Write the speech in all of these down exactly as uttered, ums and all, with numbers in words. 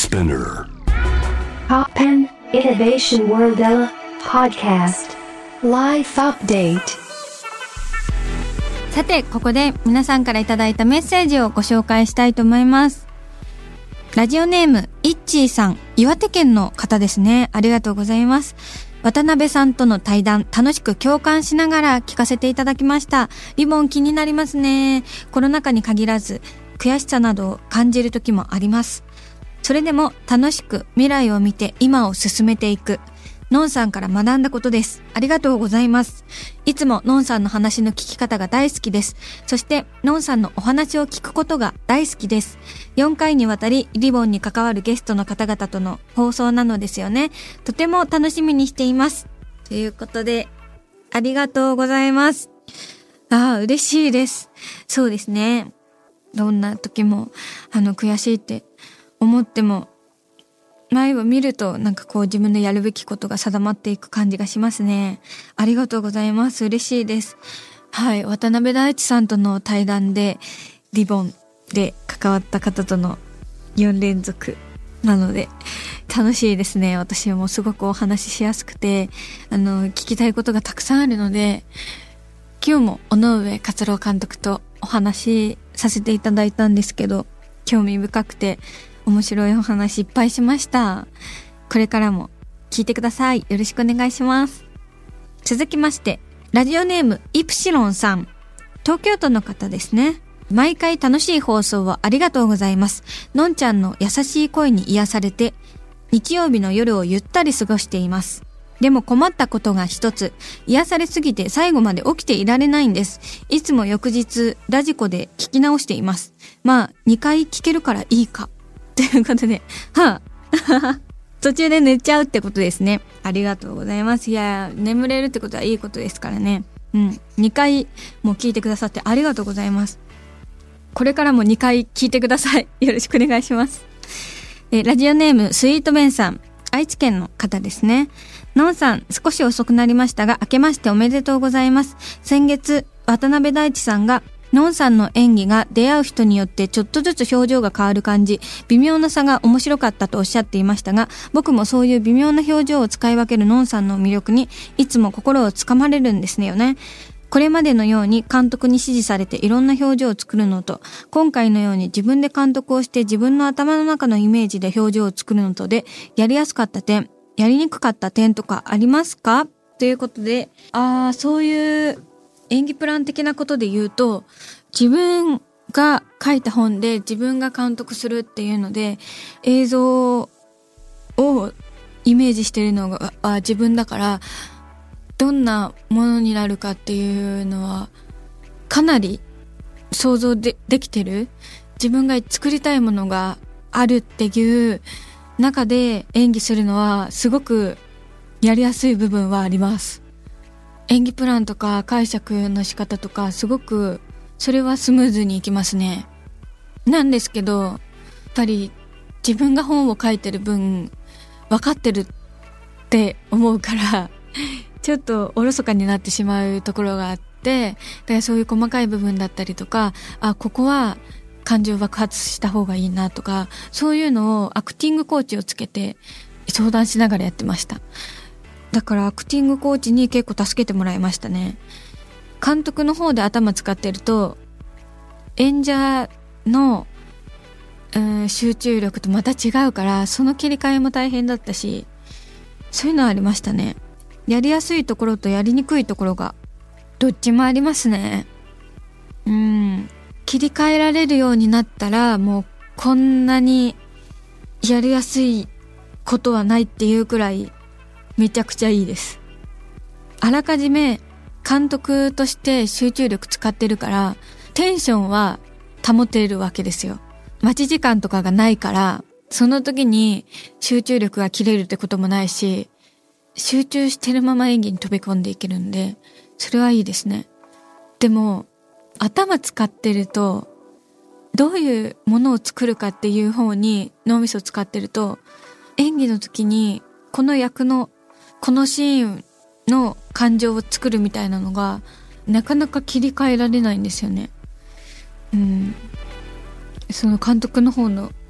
Spinner Poppen Innovation World Ella Podcast Life Update。 さてここで皆さんからいただいたメッセージをご紹介したいと思います。ラジオネームイッチーさん、岩手県の方ですね。ありがとうございます。渡辺さんとの対談、楽しく共感しながら聞かせていただきました。リボン気になりますね。コロナ禍に限らず悔しさなどを感じる時もあります。それでも楽しく未来を見て今を進めていく、のんさんから学んだことです。ありがとうございます。いつものんさんの話の聞き方が大好きです。そしてのんさんのお話を聞くことが大好きです。よんかいにわたりリボンに関わるゲストの方々との放送なのですよね。とても楽しみにしています。ということでありがとうございます。ああ、嬉しいです。そうですね。どんな時もあの悔しいって思っても前を見るとなんかこう自分のやるべきことが定まっていく感じがしますね。ありがとうございます。嬉しいです。はい、渡辺大地さんとの対談でリボンで関わった方とのよん連続なので楽しいですね。私もすごくお話ししやすくてあの聞きたいことがたくさんあるので、今日も尾上勝郎監督とお話しさせていただいたんですけど、興味深くて面白いお話いっぱいしました。これからも聞いてください。よろしくお願いします。続きましてラジオネームイプシロンさん、東京都の方ですね。毎回楽しい放送をありがとうございます。のんちゃんの優しい声に癒されて日曜日の夜をゆったり過ごしています。でも困ったことが一つ、癒されすぎて最後まで起きていられないんです。いつも翌日ラジコで聞き直しています。まあにかい聞けるからいいかということで、はあ途中で寝ちゃうってことですね。ありがとうございます。いや、眠れるってことはいいことですからね。うん。にかいも聞いてくださってありがとうございます。これからもにかい聞いてください。よろしくお願いします。えラジオネームスイートベンさん、愛知県の方ですね。のんさん、少し遅くなりましたが明けましておめでとうございます。先月渡辺大地さんがのんさんの演技が出会う人によってちょっとずつ表情が変わる感じ、微妙な差が面白かったとおっしゃっていましたが、僕もそういう微妙な表情を使い分けるのんさんの魅力にいつも心をつかまれるんですねよね。これまでのように監督に指示されていろんな表情を作るのと、今回のように自分で監督をして自分の頭の中のイメージで表情を作るのとで、やりやすかった点、やりにくかった点とかありますか？ということで、あー、そういう演技プラン的なことで言うと、自分が書いた本で自分が監督するっていうので映像をイメージしてるのがあ自分だから、どんなものになるかっていうのはかなり想像で、できてる。自分が作りたいものがあるっていう中で演技するのはすごくやりやすい部分はあります。演技プランとか解釈の仕方とかすごくそれはスムーズにいきますね。なんですけどやっぱり自分が本を書いてる分分かってるって思うからちょっとおろそかになってしまうところがあって、だからそういう細かい部分だったりとか、あ、ここは感情爆発した方がいいなとか、そういうのをアクティングコーチをつけて相談しながらやってました。だからアクティングコーチに結構助けてもらいましたね。監督の方で頭使ってると演者の、うん、集中力とまた違うから、その切り替えも大変だったし、そういうのはありましたね。やりやすいところとやりにくいところがどっちもありますね。うん、切り替えられるようになったらもうこんなにやりやすいことはないっていうくらいめちゃくちゃいいです。あらかじめ監督として集中力使ってるからテンションは保てるわけですよ。待ち時間とかがないからその時に集中力が切れるってこともないし、集中してるまま演技に飛び込んでいけるんで、それはいいですね。でも頭使ってるとどういうものを作るかっていう方に脳みそを使ってると、演技の時にこの役のこのシーンの感情を作るみたいなのがなかなか切り替えられないんですよね。うん、その監督の方の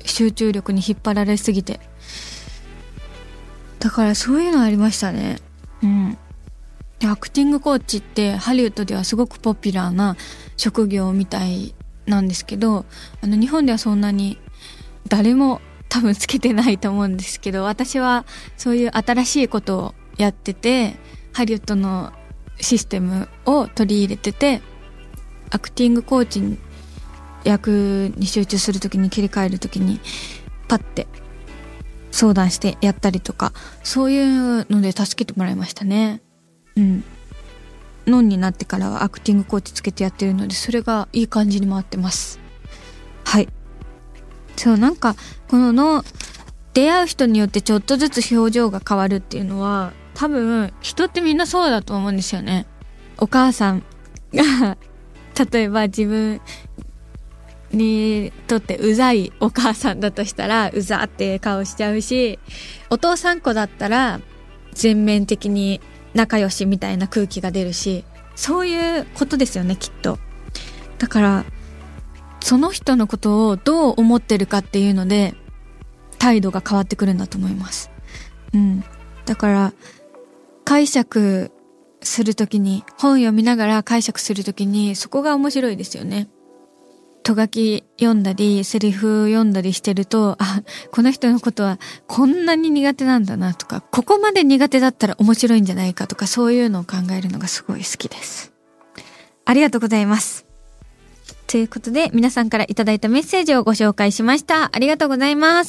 集中力に引っ張られすぎて。だからそういうのありましたね。うん。でアクティングコーチってハリウッドではすごくポピュラーな職業みたいなんですけど、あの日本ではそんなに誰も多分つけてないと思うんですけど、私はそういう新しいことをやってて、ハリウッドのシステムを取り入れてて、アクティングコーチに役に集中するときに、切り替えるときにパッて相談してやったりとか、そういうので助けてもらいましたね。うん。ノンになってからはアクティングコーチつけてやってるので、それがいい感じに回ってます。はい。そう、なんかこのの出会う人によってちょっとずつ表情が変わるっていうのは、多分人ってみんなそうだと思うんですよね。お母さんが例えば自分にとってうざいお母さんだとしたらうざって顔しちゃうし、お父さん子だったら全面的に仲良しみたいな空気が出るし、そういうことですよね、きっと。だからその人のことをどう思ってるかっていうので態度が変わってくるんだと思います。うん。だから解釈するときに、本読みながら解釈するときに、そこが面白いですよね。とがき読んだりセリフ読んだりしてると、あ、この人のことはこんなに苦手なんだなとか、ここまで苦手だったら面白いんじゃないかとか、そういうのを考えるのがすごい好きです。ありがとうございます。ということで、皆さんからいただいたメッセージをご紹介しました。ありがとうございます。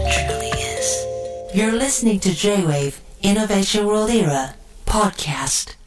You're listening to J-Wave Innovation World Era podcast.